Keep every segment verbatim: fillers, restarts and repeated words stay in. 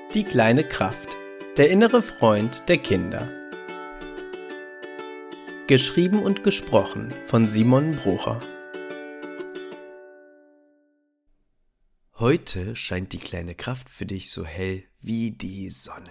Die kleine Kraft, der innere Freund der Kinder. Geschrieben und gesprochen von Simon Brucher. Heute scheint die kleine Kraft für dich so hell wie die Sonne.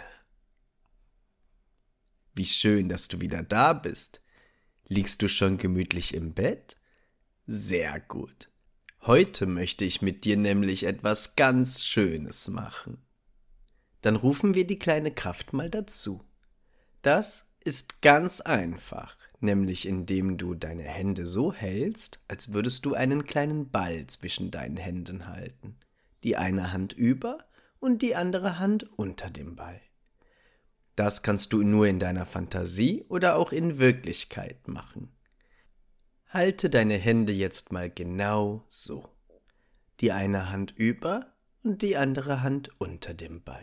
Wie schön, dass du wieder da bist. Liegst du schon gemütlich im Bett? Sehr gut. Heute möchte ich mit dir nämlich etwas ganz Schönes machen. Dann rufen wir die kleine Kraft mal dazu. Das ist ganz einfach, nämlich indem du deine Hände so hältst, als würdest du einen kleinen Ball zwischen deinen Händen halten. Die eine Hand über und die andere Hand unter dem Ball. Das kannst du nur in deiner Fantasie oder auch in Wirklichkeit machen. Halte deine Hände jetzt mal genau so. Die eine Hand über und die andere Hand unter dem Ball.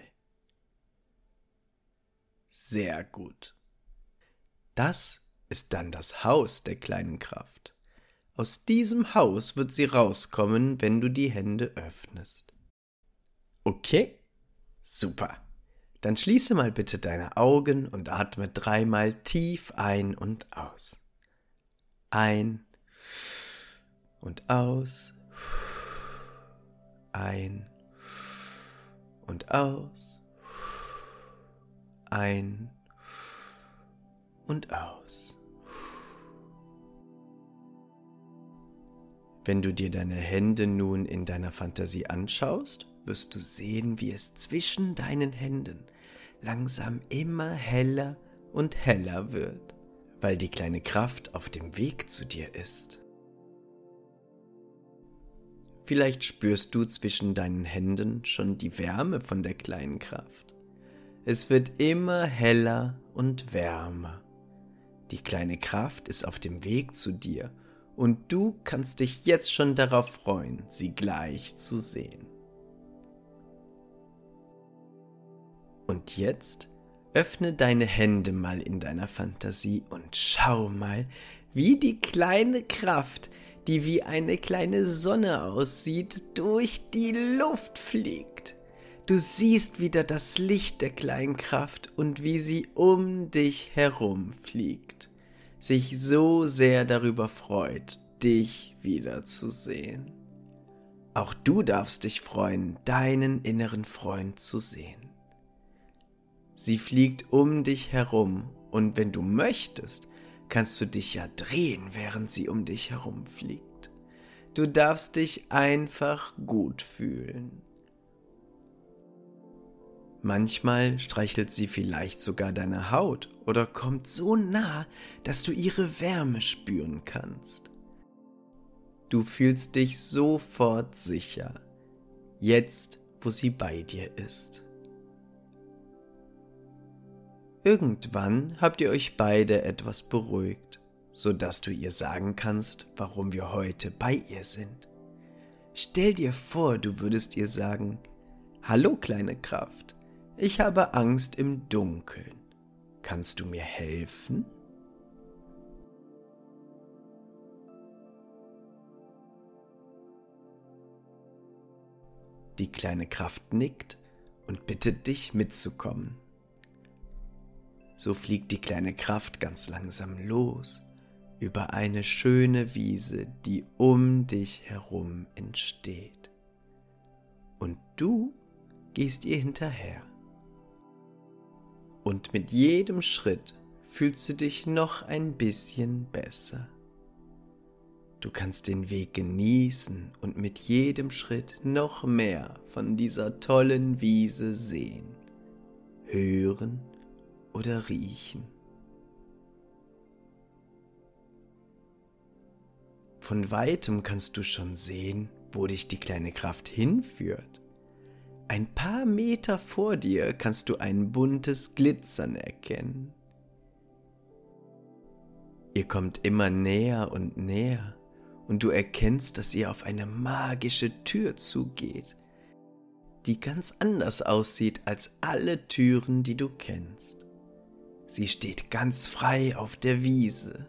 Sehr gut. Das ist dann das Haus der kleinen Kraft. Aus diesem Haus wird sie rauskommen, wenn du die Hände öffnest. Okay? Super. Dann schließe mal bitte deine Augen und atme dreimal tief ein und aus. Ein und aus. Ein und aus. Ein und aus. Wenn du dir deine Hände nun in deiner Fantasie anschaust, wirst du sehen, wie es zwischen deinen Händen langsam immer heller und heller wird, weil die kleine Kraft auf dem Weg zu dir ist. Vielleicht spürst du zwischen deinen Händen schon die Wärme von der kleinen Kraft. Es wird immer heller und wärmer. Die kleine Kraft ist auf dem Weg zu dir und du kannst dich jetzt schon darauf freuen, sie gleich zu sehen. Und jetzt öffne deine Hände mal in deiner Fantasie und schau mal, wie die kleine Kraft, die wie eine kleine Sonne aussieht, durch die Luft fliegt. Du siehst wieder das Licht der kleinen Kraft und wie sie um dich herum fliegt, sich so sehr darüber freut, dich wiederzusehen. Auch du darfst dich freuen, deinen inneren Freund zu sehen. Sie fliegt um dich herum und wenn du möchtest, kannst du dich ja drehen, während sie um dich herum fliegt. Du darfst dich einfach gut fühlen. Manchmal streichelt sie vielleicht sogar deine Haut oder kommt so nah, dass du ihre Wärme spüren kannst. Du fühlst dich sofort sicher, jetzt wo sie bei dir ist. Irgendwann habt ihr euch beide etwas beruhigt, sodass du ihr sagen kannst, warum wir heute bei ihr sind. Stell dir vor, du würdest ihr sagen: Hallo kleine Kraft, ich habe Angst im Dunkeln. Kannst du mir helfen? Die kleine Kraft nickt und bittet dich mitzukommen. So fliegt die kleine Kraft ganz langsam los über eine schöne Wiese, die um dich herum entsteht. Und du gehst ihr hinterher. Und mit jedem Schritt fühlst du dich noch ein bisschen besser. Du kannst den Weg genießen und mit jedem Schritt noch mehr von dieser tollen Wiese sehen, hören oder riechen. Von weitem kannst du schon sehen, wo dich die kleine Kraft hinführt. Ein paar Meter vor dir kannst du ein buntes Glitzern erkennen. Ihr kommt immer näher und näher und du erkennst, dass ihr auf eine magische Tür zugeht, die ganz anders aussieht als alle Türen, die du kennst. Sie steht ganz frei auf der Wiese.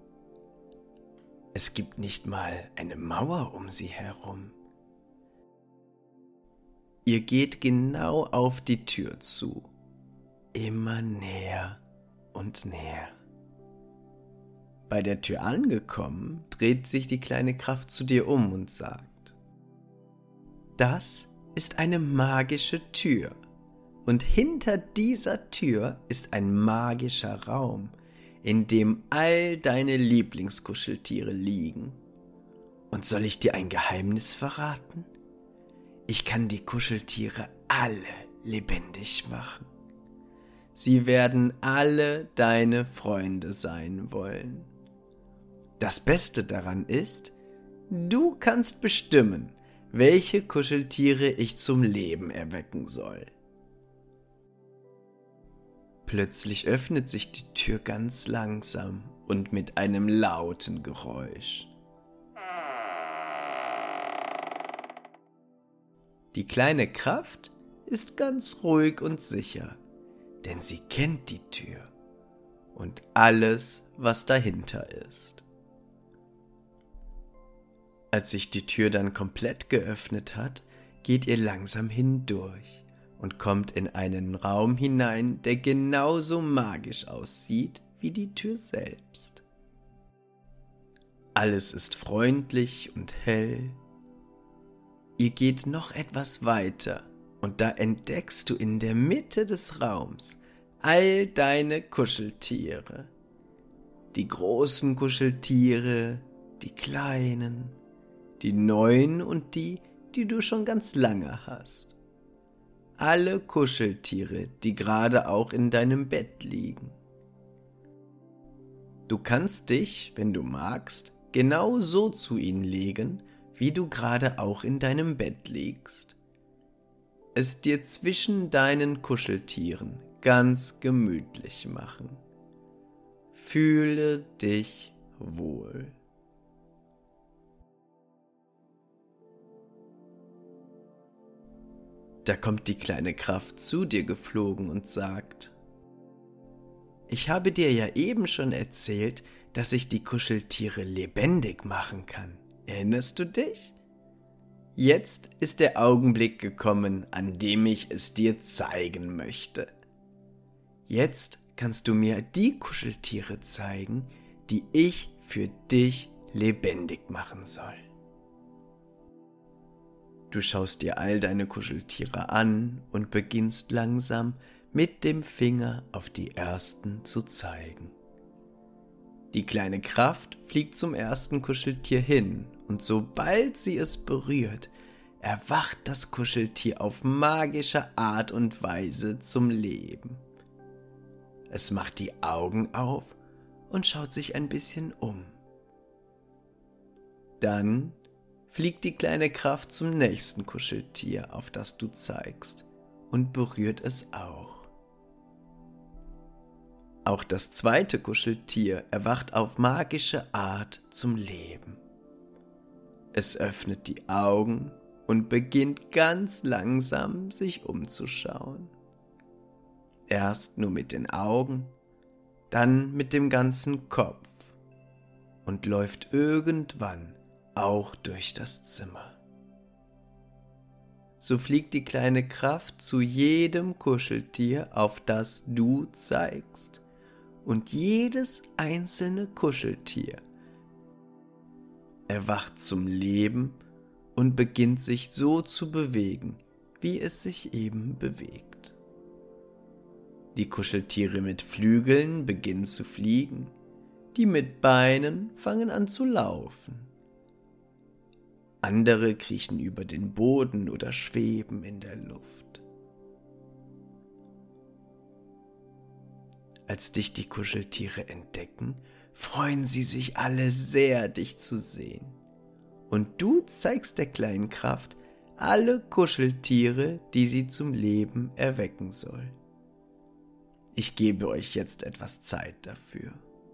Es gibt nicht mal eine Mauer um sie herum. Ihr geht genau auf die Tür zu, immer näher und näher. Bei der Tür angekommen, dreht sich die kleine Kraft zu dir um und sagt: Das ist eine magische Tür und hinter dieser Tür ist ein magischer Raum, in dem all deine Lieblingskuscheltiere liegen. Und soll ich dir ein Geheimnis verraten? Ich kann die Kuscheltiere alle lebendig machen. Sie werden alle deine Freunde sein wollen. Das Beste daran ist, du kannst bestimmen, welche Kuscheltiere ich zum Leben erwecken soll. Plötzlich öffnet sich die Tür ganz langsam und mit einem lauten Geräusch. Die kleine Kraft ist ganz ruhig und sicher, denn sie kennt die Tür und alles, was dahinter ist. Als sich die Tür dann komplett geöffnet hat, geht ihr langsam hindurch und kommt in einen Raum hinein, der genauso magisch aussieht wie die Tür selbst. Alles ist freundlich und hell. Ihr geht noch etwas weiter und da entdeckst du in der Mitte des Raums all deine Kuscheltiere. Die großen Kuscheltiere, die kleinen, die neuen und die, die du schon ganz lange hast. Alle Kuscheltiere, die gerade auch in deinem Bett liegen. Du kannst dich, wenn du magst, genau so zu ihnen legen, wie du gerade auch in deinem Bett liegst. Es dir zwischen deinen Kuscheltieren ganz gemütlich machen. Fühle dich wohl. Da kommt die kleine Kraft zu dir geflogen und sagt: Ich habe dir ja eben schon erzählt, dass ich die Kuscheltiere lebendig machen kann. Erinnerst du dich? Jetzt ist der Augenblick gekommen, an dem ich es dir zeigen möchte. Jetzt kannst du mir die Kuscheltiere zeigen, die ich für dich lebendig machen soll. Du schaust dir all deine Kuscheltiere an und beginnst langsam mit dem Finger auf die ersten zu zeigen. Die kleine Kraft fliegt zum ersten Kuscheltier hin und sobald sie es berührt, erwacht das Kuscheltier auf magische Art und Weise zum Leben. Es macht die Augen auf und schaut sich ein bisschen um. Dann fliegt die kleine Kraft zum nächsten Kuscheltier, auf das du zeigst, und berührt es auch. Auch das zweite Kuscheltier erwacht auf magische Art zum Leben. Es öffnet die Augen und beginnt ganz langsam sich umzuschauen. Erst nur mit den Augen, dann mit dem ganzen Kopf und läuft irgendwann auch durch das Zimmer. So fliegt die kleine Kraft zu jedem Kuscheltier, auf das du zeigst, und jedes einzelne Kuscheltier erwacht zum Leben und beginnt sich so zu bewegen, wie es sich eben bewegt. Die Kuscheltiere mit Flügeln beginnen zu fliegen, die mit Beinen fangen an zu laufen. Andere kriechen über den Boden oder schweben in der Luft. Als dich die Kuscheltiere entdecken, freuen sie sich alle sehr, dich zu sehen. Und du zeigst der kleinen Kraft alle Kuscheltiere, die sie zum Leben erwecken soll. Ich gebe euch jetzt etwas Zeit dafür.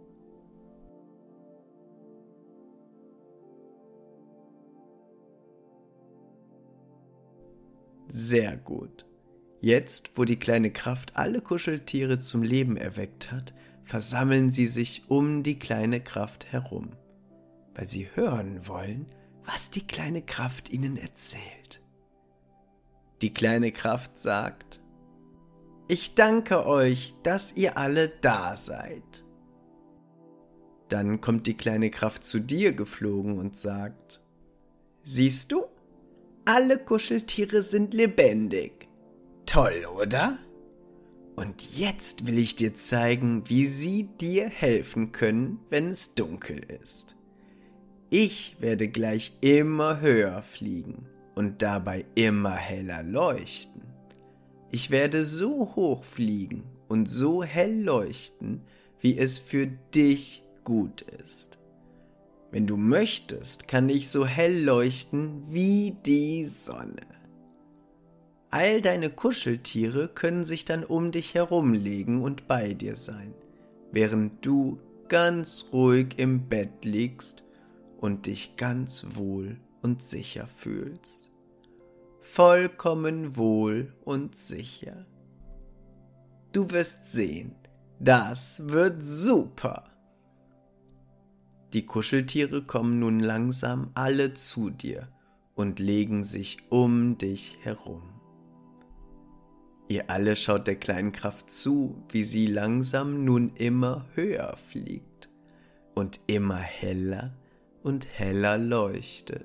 Sehr gut. Jetzt, wo die kleine Kraft alle Kuscheltiere zum Leben erweckt hat, versammeln sie sich um die kleine Kraft herum, weil sie hören wollen, was die kleine Kraft ihnen erzählt. Die kleine Kraft sagt: Ich danke euch, dass ihr alle da seid. Dann kommt die kleine Kraft zu dir geflogen und sagt: Siehst du? Alle Kuscheltiere sind lebendig. Toll, oder? Und jetzt will ich dir zeigen, wie sie dir helfen können, wenn es dunkel ist. Ich werde gleich immer höher fliegen und dabei immer heller leuchten. Ich werde so hoch fliegen und so hell leuchten, wie es für dich gut ist. Wenn du möchtest, kann ich so hell leuchten wie die Sonne. All deine Kuscheltiere können sich dann um dich herumlegen und bei dir sein, während du ganz ruhig im Bett liegst und dich ganz wohl und sicher fühlst. Vollkommen wohl und sicher. Du wirst sehen, das wird super. Die Kuscheltiere kommen nun langsam alle zu dir und legen sich um dich herum. Ihr alle schaut der kleinen Kraft zu, wie sie langsam nun immer höher fliegt und immer heller und heller leuchtet.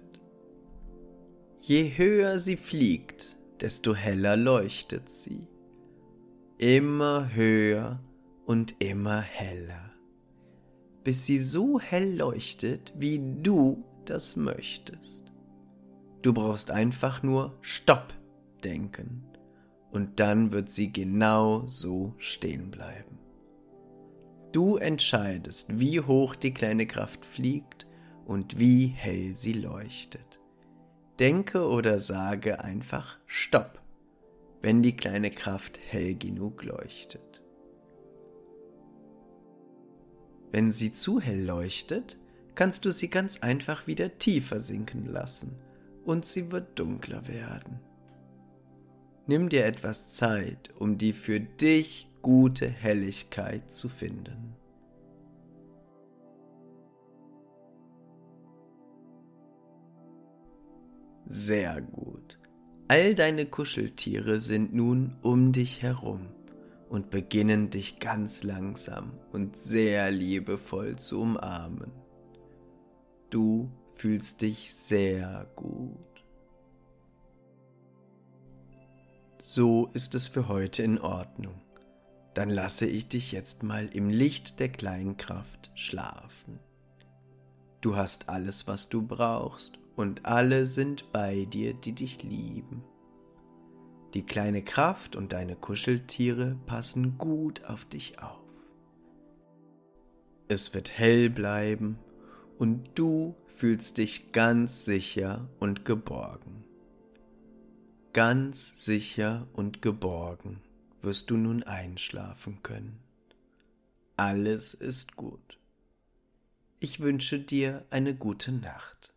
Je höher sie fliegt, desto heller leuchtet sie. Immer höher und immer heller, bis sie so hell leuchtet, wie du das möchtest. Du brauchst einfach nur Stopp denken und dann wird sie genau so stehen bleiben. Du entscheidest, wie hoch die kleine Kraft fliegt und wie hell sie leuchtet. Denke oder sage einfach Stopp, wenn die kleine Kraft hell genug leuchtet. Wenn sie zu hell leuchtet, kannst du sie ganz einfach wieder tiefer sinken lassen und sie wird dunkler werden. Nimm dir etwas Zeit, um die für dich gute Helligkeit zu finden. Sehr gut. All deine Kuscheltiere sind nun um dich herum und beginnen dich ganz langsam und sehr liebevoll zu umarmen. Du fühlst dich sehr gut. So ist es für heute in Ordnung. Dann lasse ich dich jetzt mal im Licht der kleinen Kraft schlafen. Du hast alles, was du brauchst, und alle sind bei dir, die dich lieben. Die kleine Kraft und deine Kuscheltiere passen gut auf dich auf. Es wird hell bleiben und du fühlst dich ganz sicher und geborgen. Ganz sicher und geborgen wirst du nun einschlafen können. Alles ist gut. Ich wünsche dir eine gute Nacht.